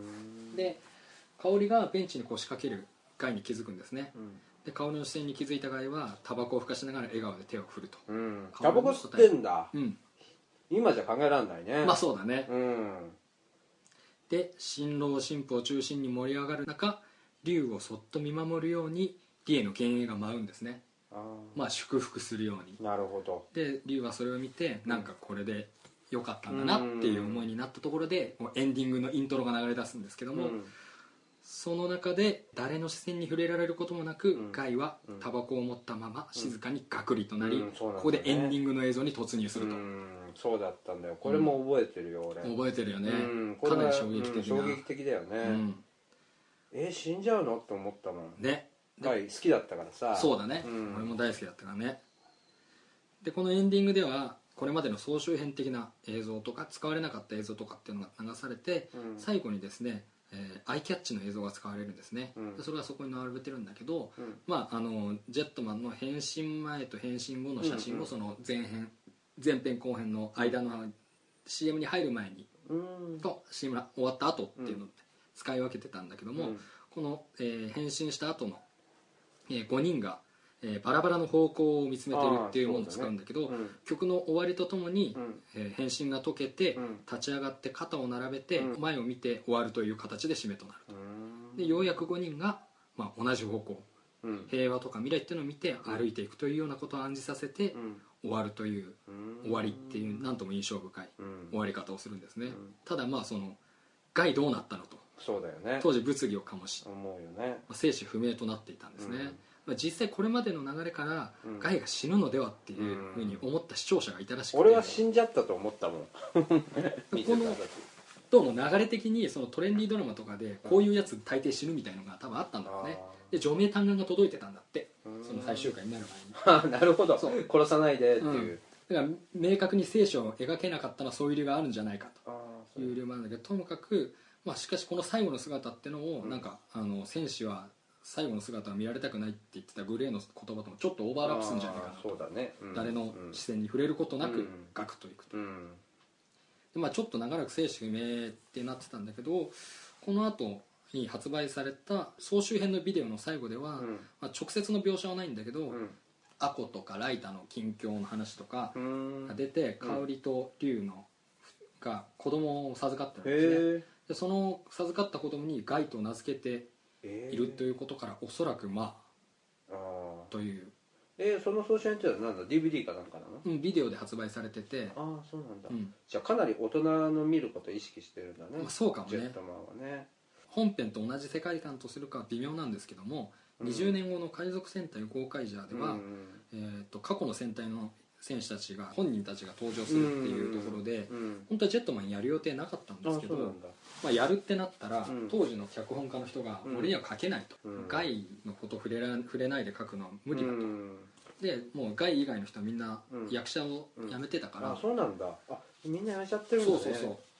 で香織がベンチに腰掛けるガイに気づくんですね、うん、で香織の視線に気づいたガイはタバコをふかしながら笑顔で手を振ると、うん、 タバコ吸ってんだ、うん、今じゃ考えられないね。 まあそうだね、うんで新郎新婦を中心に盛り上がる中、竜をそっと見守るようにリエの幻影が舞うんですね。あまあ祝福するように。 なるほど。 で竜はそれを見て、なんかこれで良かったんだなっていう思いになったところで、もうエンディングのイントロが流れ出すんですけども、うん、その中で誰の視線に触れられることもなく、うん、ガイはタバコを持ったまま静かにガクリとなり、うんうんね、ここでエンディングの映像に突入すると。うんそうだったんだよ。これも覚えてるよ、俺。 覚えてるよね、うん、かなり衝撃的な、 うん、衝撃的だよね、うん、えー、死んじゃうのって思ったもんね。ガイ好きだったからさ。 そうだね、うん、俺も大好きだったからね。でこのエンディングではこれまでの総集編的な映像とか使われなかった映像とかっていうのが流されて、うん、最後にですね、えー、アイキャッチの映像が使われるんですね、うん、でそれはそこに並べてるんだけど、うん、まああのジェットマンの変身前と変身後の写真をその前編前編後編の間の シーエム に入る前にと シーエム が終わった後っていうので使い分けてたんだけども、この、えー、変身した後の、えー、ごにんが、えー、バラバラの方向を見つめてるっていうものを使うんだけど、ねうん、曲の終わりとともに、うんえー、変身が解けて、うん、立ち上がって肩を並べて、うん、前を見て終わるという形で締めとなると。でようやくごにんが、まあ、同じ方向、うん、平和とか未来っていうのを見て歩いていくというようなことを暗示させて、うん終わるという終わりっていう何とも印象深い終わり方をするんですね、うん、ただまあそのガイどうなったのと。 そうだよね。 当時物議を醸し思うよね、 まあ、生死不明となっていたんですね、うんまあ、実際これまでの流れから、うん、ガイが死ぬのではっていうふうに思った視聴者がいたらしくて、 俺は死んじゃったと思ったもん見てた時どうも流れ的にそのトレンディードラマとかでこういうやつ大抵死ぬみたいのが多分あったんだろうね。で除名嘆願が届いてたんだって、その最終回になる前になるほど、そう殺さないでっていう、 うん、だから明確に生死を描けなかったのはそういう理由があるんじゃないかという理由もあるんだけど、ともかく、まあ、しかしこの最後の姿ってのを、うん、なんかあの戦士は最後の姿は見られたくないって言ってたグレーの言葉ともちょっとオーバーラップするんじゃないかなと。 そうだね、うん、 誰の視線に触れることなくガクといくと、うんうんでまあ、ちょっと長らく生死不明ってなってたんだけど、この後に発売された総集編のビデオの最後では、うんまあ、直接の描写はないんだけど、うん、アコとかライタの近況の話とかが出て、香織と竜のが子供を授かってるんですね。でその授かった子供にガイと名付けているということから、おそらくまああという。 えー、その総集編っていうのは何だ ディーブイディー かなんかなの？ うんビデオで発売されてて。 ああそうなんだ、うん、じゃあかなり大人の見ることを意識してるんだね、 まあ、そうかもね。 ジェットマンはね本編と同じ世界観とするかは微妙なんですけども、うん、にじゅうねんごの海賊戦隊ゴーカイジャーでは、うんえー、と過去の戦隊の戦士たちが本人たちが登場するっていうところで、うんうん、本当はジェットマンやる予定なかったんですけど、まあ、やるってなったら、うん、当時の脚本家の人が、うん、俺には書けないと、うん、ガイのこと触れら触れないで書くのは無理だと、うん、でもうガイ以外の人はみんな役者を辞めてたから、 うん、あそうなんだ。あみんな辞めちゃってるんだね。 そうそうそう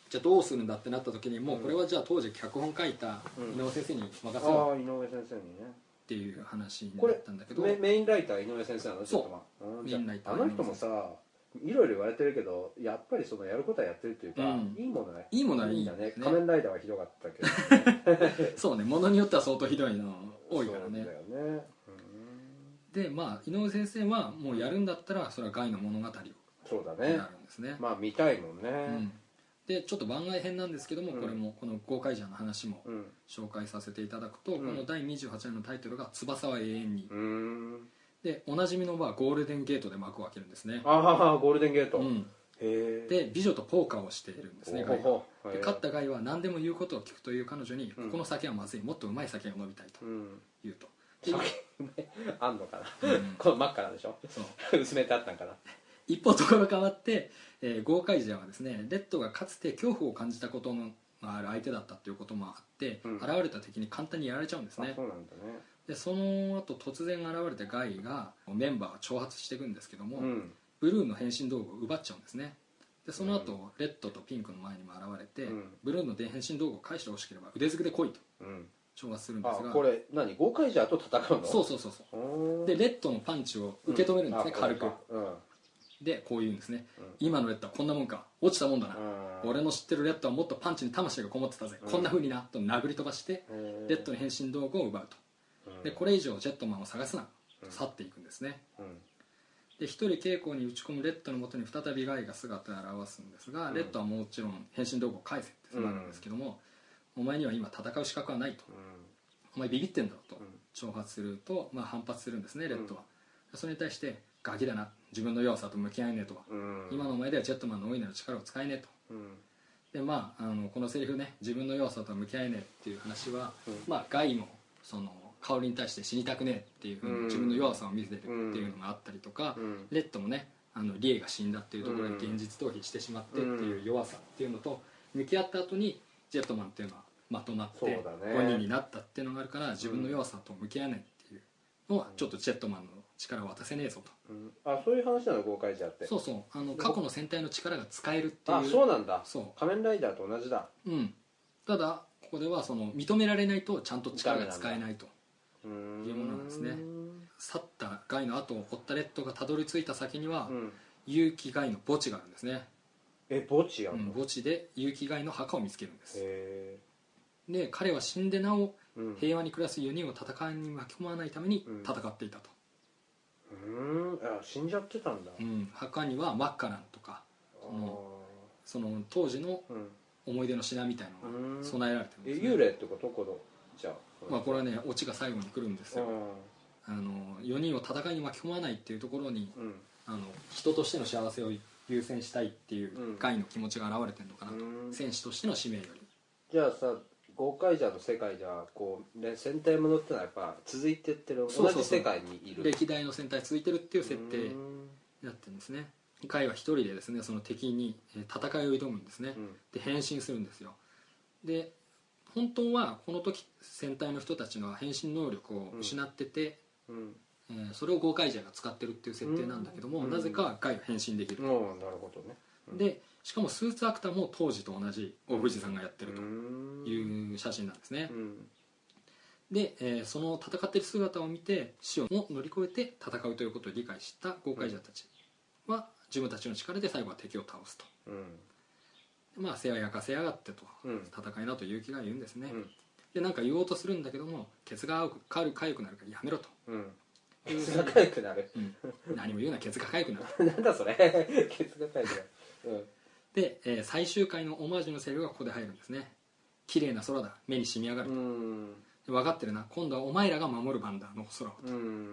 じゃあどうするんだってなった時にもうこれはじゃあ当時脚本書いた井上先生に任せよう、 ああ井上先生にねっていう話になったんだけど、 メメインライター井上先生なの？ そうメインライターあの人もさいろいろ言われてるけどやっぱりそのやることはやってるっていうか、うん、いいものはいいものはいいんだね。仮面ライダーはひどかったけど、ね、 そうね、ものによっては相当ひどいの多いからね。 そうだよね、 うん、でまあ井上先生はもうやるんだったらそれはガイの物語をそうだねなるんですね。 まあ見たいもんね、 うん、でちょっと番外編なんですけども、うん、これもこのゴーカイジャーの話も紹介させていただくと、うん、このだいにじゅうはちわのタイトルが「翼は永遠に」うんでおなじみのはゴールデンゲートで幕を開けるんですね。 ああゴールデンゲート、うん、 へで美女とポーカーをしているんですね。ガイはで勝ったガイは何でも言うことを聞くという彼女に、うん、ここの酒はまずい、もっとうまい酒を飲みたいと言うと、 酒あんのかな、うん、この真っ赤なんでしょ、そう薄めてあったんかな。 一方ところ変わって、えー、ゴーカイジャーはですね、レッドがかつて恐怖を感じたことのある相手だったということもあって、うん、現れた敵に簡単にやられちゃうんですね。 そうなんだね。 でその後突然現れたガイがメンバーを挑発していくんですけども、うん、ブルーの変身道具を奪っちゃうんですね。でその後、うん、レッドとピンクの前にも現れて、うん、ブルーの変身道具を返してほしければ腕付けで来いと、うん、挑発するんですが、 あこれ何ゴーカイジャーと戦うの？ そうそうそうそうでレッドのパンチを受け止めるんですね、うん、軽く、うん、でこう言うんですね、うん、今のレッドはこんなもんか、落ちたもんだな、うん、俺の知ってるレッドはもっとパンチに魂がこもってたぜ、うん、こんな風になと殴り飛ばしてレッドの変身道具を奪うと、うん、でこれ以上ジェットマンを探すなと去っていくんですね、うん、で一人稽古に打ち込むレッドのもとに再びガイが姿を現すんですが、うん、レッドはもちろん変身道具を返せって迫るんですけども、うん、お前には今戦う資格はないと、うん、お前ビビってんだろと挑発すると、まあ、反発するんですねレッドは、うん、それに対してガキだな、自分の弱さと向き合えねえと、うん、今のお前ではジェットマンの大いなる力を使えねえと、うん、でまあ、あのこのセリフね、自分の弱さと向き合えねえっていう話は、うん、まあガイもその薫に対して死にたくねえっていうふうに自分の弱さを見せてるっていうのがあったりとか、うん、レッドもね、あのリエが死んだっていうところに現実逃避してしまってっていう弱さっていうのと向き合った後にジェットマンっていうのはまとまってごにんになったっていうのがあるから、自分の弱さと向き合えないっていうのはちょっとジェットマンの力を渡せねえぞと、 うん、あそういう話なのゴーカイジャーって。そうそう、あの過去の戦隊の力が使えるっていう。 あそうなんだ。 そう仮面ライダーと同じだ。 うん、ただここではその認められないとちゃんと力が使えないというものなんですね。去ったガイの後を追ったレッドがたどり着いた先には、うん、結城ガイの墓地があるんですね。 え墓地あるの？ うん、墓地で結城ガイの墓を見つけるんです。へで彼は死んでなお平和に暮らすよにんを戦いに巻き込まないために戦っていたと。 うん、あ死んじゃってたんだ、 うん、墓にはマッカランとかその、その当時の思い出の品みたいなのが備えられてるんですね。 え幽霊ってことこのじゃあ、 まあ、これはねオチが最後に来るんですよ。あのよにんを戦いに巻き込まないっていうところに、うん、あの人としての幸せを優先したいっていうガイの気持ちが現れてるのかなと、うん、戦士としての使命より。 じゃあさゴーカイジャーの世界じゃこう、ね、戦隊ものってのはやっぱ続いてってる、同じ世界にいる、 歴代の戦隊続いてるっていう設定になってるんですね。ガイは一人でですねその敵に戦いを挑むんですね、うん、で変身するんですよ。で本当はこの時戦隊の人たちの変身能力を失ってて、うんうんえー、それをゴーカイジャーが使ってるっていう設定なんだけども、うん、なぜかガイは変身できる、うん、 なるほどね、 うん、でしかもスーツアクターも当時と同じ大藤さんがやってるという写真なんですね、うん、で、えー、その戦ってる姿を見て死をも乗り越えて戦うということを理解したゴーカイジャーたちは自分たちの力で最後は敵を倒すと、うん、まあせややかせやがってと、うん、戦いなと結城が言うんですね、うん、でなんか言おうとするんだけどもケツがかゆくなるからやめろと、うんケツがかゆくなる、 うん、何も言うなケツがかゆくなるなんだそれケツがかゆくなる、うん、 で、えー、最終回のオマージュのセリフがここで入るんですね。綺麗な空だ目に染み上がると、うんで分かってるな今度はお前らが守る番だの空をと、うん、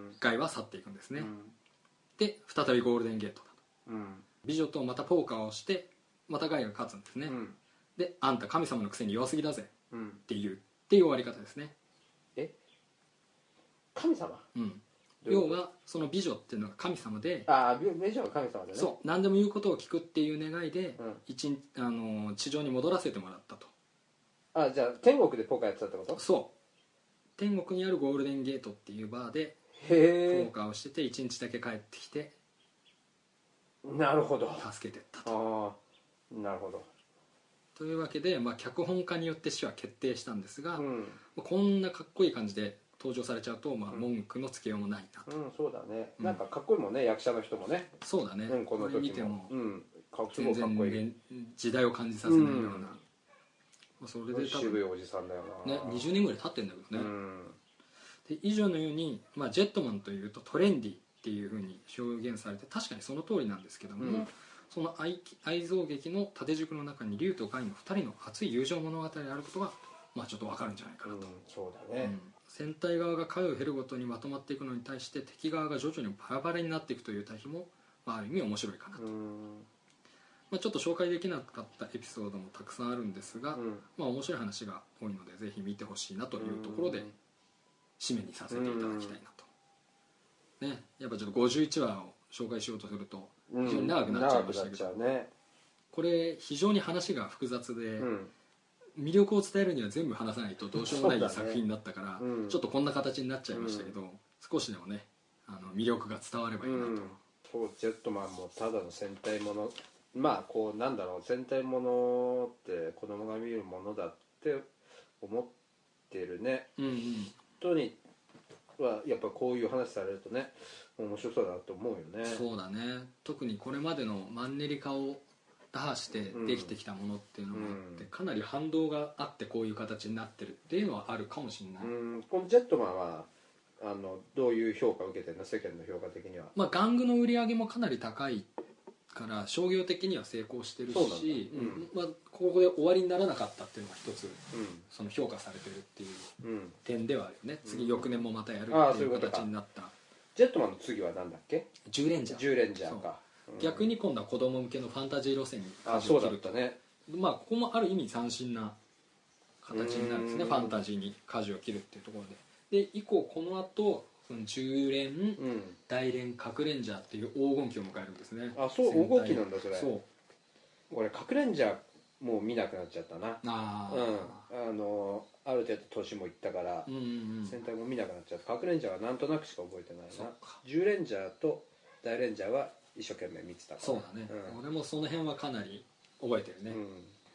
ガイは去っていくんですね、うん、で再びゴールデンゲートだと、うん、美女とまたポーカーをしてまたガイが勝つんですね、うん、であんた神様のくせに弱すぎだぜ、うん、っていうっていう終わり方ですね。 え神様？ うん要はその美女っていうのが神様で、 ああ美女は神様でね、 そう何でも言うことを聞くっていう願いで、うん、一あの地上に戻らせてもらったと。 あじゃあ天国でポーカーやってたってこと？ そう天国にあるゴールデンゲートっていうバーでポーカーをしてて一日だけ帰ってきてなるほど助けてったと。 ああなるほどというわけで、まあ、脚本家によって死は決定したんですが、 うん、 こんなかっこいい感じで登場されちゃうと、まあ、文句のつけようもないなと、 うん、そうだね、 うんなんかかっこいいもんね、役者の人もね。 そうだね、 うん、この時もれ見ても、 うん、すご全いかっこいい。 然時代を感じさせないような、 うん、 まあ、それで多分、 渋いおじさんだよな、 ね、にじゅうねんぐらい経ってんだけどね、 うん、 で以上のように、まあ、ジェットマンというとトレンディっていうふうに表現されて確かにその通りなんですけども、うん、その愛愛憎劇の縦軸の中に竜とガイのふたりの熱い友情物語であることが、まあ、ちょっと分かるんじゃないかなと、うん、 そうだね、うん、 戦隊側が回を経るごとにまとまっていくのに対して敵側が徐々にバラバラになっていくという対比も、まあ、ある意味面白いかなと、うん、まあ、ちょっと紹介できなかったエピソードもたくさんあるんですが、うん、まあ、面白い話が多いのでぜひ見てほしいなというところで締めにさせていただきたいなと、ね、やっぱちょっとごじゅういちわを紹介しようとすると非常に長くなっちゃいましたけど、うんね、これ非常に話が複雑で、うん、魅力を伝えるには全部話さないとどうしようもない作品だったから、ね、うん、ちょっとこんな形になっちゃいましたけど、うん、少しでもねあの魅力が伝わればいいなと、うん、 そうジェットマンもただの戦隊もの、まあこうなんだろう、戦隊ものって子供が見るものだって思ってるね、うんうん、人にはやっぱこういう話されるとね面白そうだと思うよね。 そうだね、特にこれまでのマンネリ化を打破してできてきたものっていうのがあって、うん、かなり反動があってこういう形になってるっていうのはあるかもしれない、 うん、このジェットマンはあのどういう評価を受けてるの、世間の評価的には。 まあ玩具の売り上げもかなり高いから商業的には成功してるし、うん、まあ、ここで終わりにならなかったっていうのが一つ、うん、その評価されてるっていう点ではあるよね、うん、次翌年もまたやるっていう形になった。 ジェットマンの次は何だっけ？ ジューレンジャー。 ジューレンジャーか、 うん、逆に今度は子供向けのファンタジー路線に舵を切ると。ね、 まあここもある意味斬新な形になるんですね、ファンタジーに舵を切るっていうところで。で以降この後その10連、うん、大連核レンジャーっていう黄金期を迎えるんですね。 あ、そう黄金期なんだそれ。そう、俺核レンジャーもう見なくなっちゃったな。あ、うん、あのある程度年もいったから、うんうんうん、戦隊も見なくなっちゃった。核レンジャーはなんとなくしか覚えてないな。じゅうレンジャーと大レンジャーは一生懸命見てたから。 そうだね、うん、俺もその辺はかなり覚えてるね、うん、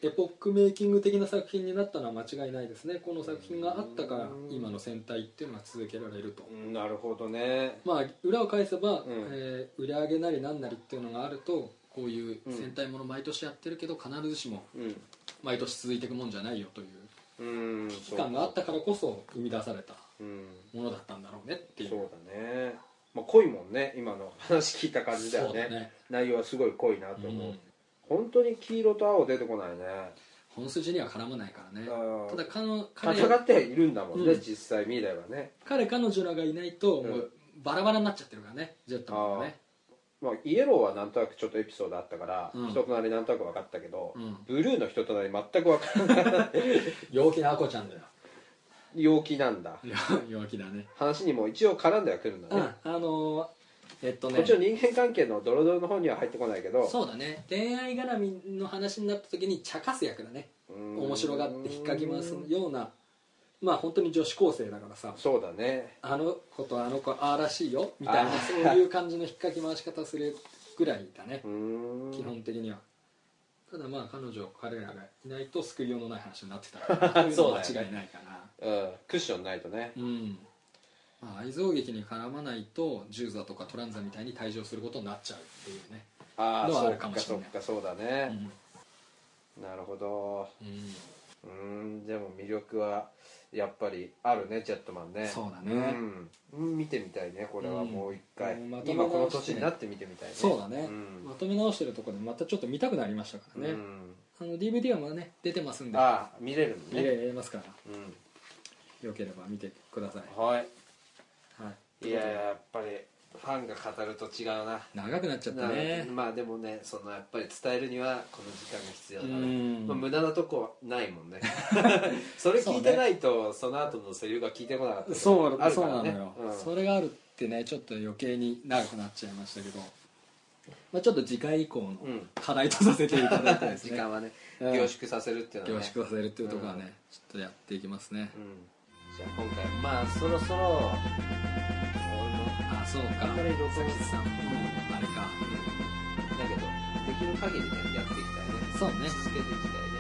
エポックメイキング的な作品になったのは間違いないですね。この作品があったから今の戦隊っていうのが続けられると。 なるほどね。 まあ裏を返せば、うん、えー、売り上げなりなんなりっていうのがあるとこういう戦隊もの毎年やってるけど必ずしも毎年続いていくもんじゃないよという危機感があったからこそ生み出されたものだったんだろうねっていう。 そうだね、まあ、濃いもんね、今の話聞いた感じだよ ね, ね内容はすごい濃いなと思う、うん、本当に黄色と青出てこないね。 本筋には絡まないからね。ただ彼の戦っているんだもんね、うん、実際見ればね。 彼彼女らがいないともうバラバラになっちゃってるからね、ジェットマンがね。 まあ、イエローはなんとなくちょっとエピソードあったから、うん、人となりなんとなく分かったけど、うん、ブルーの人となり全く分からない陽気なアコちゃんだよ。 陽気なんだ陽気だね。 話にも一応絡んではくるんだね、 うん、あのー、えっとねこっちの人間関係のドロドロの方には入ってこないけど。 そうだね、恋愛絡みの話になった時に茶化す役だね。面白がって引っかき回すような、まあ本当に女子高生だからさ。 そうだね、 あの子とあの子ああらしいよみたいなそういう感じの引っかき回し方するぐらいだね基本的には。ただまあ彼女彼らがいないと救いようのない話になってたからいうのは間違いないかな、 うん、クッションないとね、うん、 まあ、愛憎劇に絡まないとジューザとかトランザみたいに退場することになっちゃうっていうねあのはあるかもしれない。ああそうかそうかそうだね、うん、なるほど、うん、うんでも魅力はやっぱりあるね、ジェットマンね。 そうだね、 うん、見てみたいねこれはもう一回、うん、今この年になって見てみたいね。 そうだね、うん、まとめ直してるところでまたちょっと見たくなりましたからね、うん、あの ディーブイディー はまだね出てますんで、 ああ見れるのね、 見れますから、うん、よければ見てください。 はい、はい、いややっぱりファンが語ると違うな。 長くなっちゃったね。 まあでもね、そのやっぱり伝えるにはこの時間が必要だね、まあ、無駄なとこはないもんねそれ聞いてないと そ,、ね、その後のセリフが聞いてこなかった。 そうあるから、ね、そうなのよ、うん、それがあるってねちょっと余計に長くなっちゃいましたけど、まあ、ちょっと次回以降の課題とさせていただいてですね、 時間はね凝縮させるっていうのはね、 凝縮させるっていうところはね、うん、ちょっとやっていきますね、うん、 じゃあ今回まあそろそろあ、そうか。あんまり六崎さんもあれか。 だけどできる限りねやっていきたいね。 そうね。 続けていきたいね。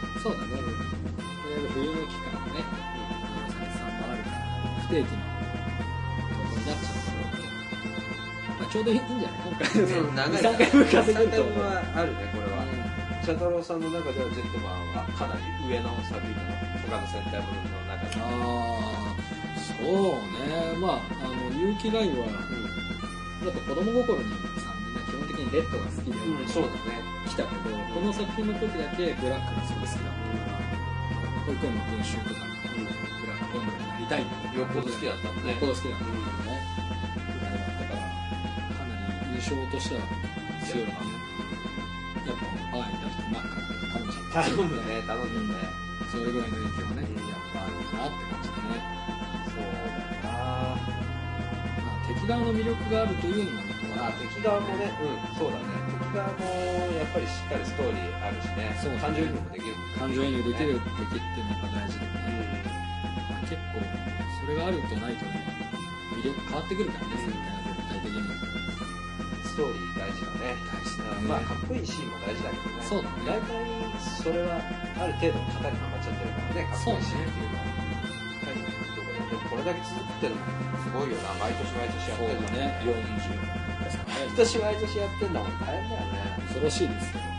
そうだね、とりあえず冬の期間ね、さんさんもあるから不定期のことになっちゃうけど、まあ、ちょうどいいんじゃない今回、 うん、長いさんかいぶん稼げるとさんかいぶんはあるねこれは、うん、茶太郎さんの中ではジェットマンはかなり上の作品の他の戦隊ものの中で。 ああそうね、まああの結城ガイは、うん、やっぱ子供心にさみんな基本的にレッドが好きで、 うん、そうだね来たけど、うん、この作品の時だけブラックがすごい好きだったから、保育園の文集とかに、うん、ブラックコンドルになりたいってよっぽど好きだったんね。 よっぽど好きだったんだね、ぐらいだったからかなり印象としては強いな。やっぱバーに行った時マック頼むじゃん。 頼むね頼むね、 うん、それぐらいの影響はね、うん、やっぱあるかなって感じでね。 そうだな、 まあ、敵側の魅力があるというのも、 まあ、敵側もね、うん、そうだね、敵側もやっぱりしっかりストーリーあるしね、そう感情移入もできるもんね、 感情移入できる敵っていうのが大事でね、うんまあ、結構それがあるとないと魅力変わってくるからね、戦隊は絶対的にストーリー大事だね、大事だね、まあかっこいいシーンも大事だけどね、 そうだね、 大体それはある程度型にはまっちゃってるからね、かっこいいシーンっていうのは。これだけ続くってのもすごいよな、毎年毎年やってるんだね。 よんじゅうですかね。 毎年毎年やってんだもん、大変だよね。 恐ろしいですけど。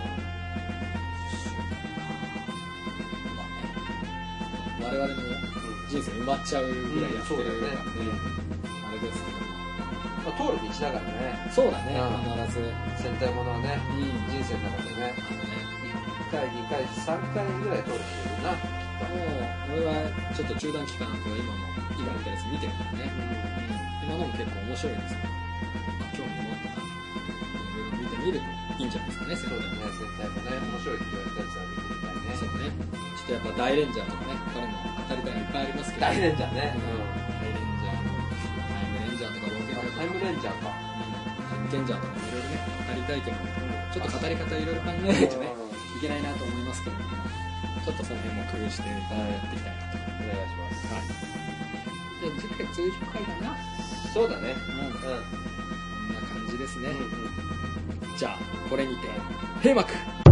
まあね、我々の人生埋まっちゃうぐらいやってるからね、あれですけど。 まあ、通る道だからね。 そうだね、必ず。 戦隊ものはね、人生の中でね、いっかい、にかい、さんかいぐらい通るっていうな。 もう俺はちょっと中断期間と今も今みたいなやつ見てるからね、うん、今のも結構面白いですから、まあ、興味持ったらいろいろ見てみるといいんじゃないですかね。 そうだね、戦隊もね、面白いって言われたやつは見てみたいね。 そうね、ちょっとやっぱ大レンジャーとかね、他にも語りたいのいっぱいありますけど、 大レンジャーね、 うん、大レンジャーもタイムレンジャーとか冒険者とかタイムレンジャーか、 うん、真剣ジャーとかもいろいろね語りたいけど、うん、ちょっと語り方いろいろ考えないとねいけないなと思いますけど、ちょっとその辺も工夫してやっていきたいなと、 お願いします。はい。 じゃあ次回通常回だな。 そうだね。 うん。うん。こんな感じですね。 うんうん、 じゃあこれにて閉幕。